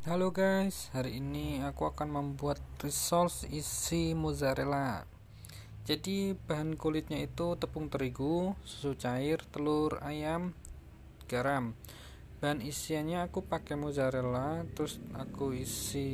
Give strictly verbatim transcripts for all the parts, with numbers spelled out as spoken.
Halo guys, hari ini aku akan membuat risol isi mozzarella. Jadi bahan kulitnya itu tepung terigu, susu cair, telur ayam, garam. Bahan isiannya aku pakai mozzarella, terus aku isi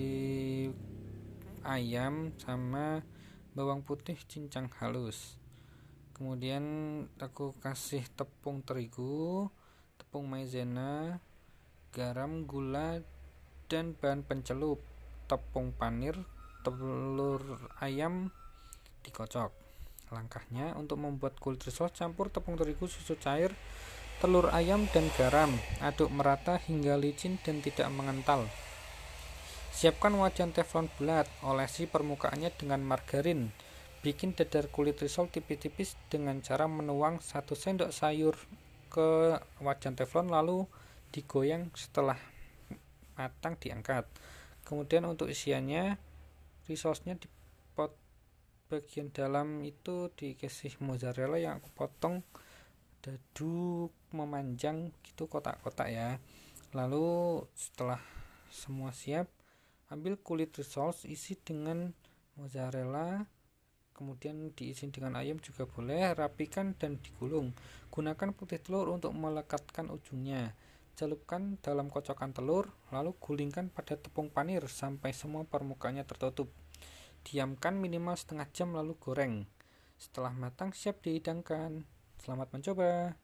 ayam sama bawang putih cincang halus. Kemudian aku kasih tepung terigu, tepung maizena, garam, gula, dan bahan pencelup, tepung panir, telur ayam dikocok. Langkahnya untuk membuat kulit risol: campur tepung terigu, susu cair, telur ayam, dan garam. Aduk merata hingga licin dan tidak mengental. Siapkan wajan teflon bulat, olesi permukaannya dengan margarin. Bikin dadar kulit risol tipis-tipis dengan cara menuang satu sendok sayur ke wajan teflon lalu digoyang. Setelah matang diangkat. Kemudian untuk isiannya, risolnya di pot bagian dalam itu dikasih mozzarella yang aku potong dadu memanjang gitu, kotak-kotak ya. Lalu setelah semua siap, ambil kulit risol, isi dengan mozzarella, kemudian diisi dengan ayam juga boleh, rapikan dan digulung. Gunakan putih telur untuk melekatkan ujungnya. Celupkan dalam kocokan telur, lalu gulingkan pada tepung panir sampai semua permukaannya tertutup. Diamkan minimal setengah jam lalu goreng. Setelah matang siap dihidangkan. Selamat mencoba.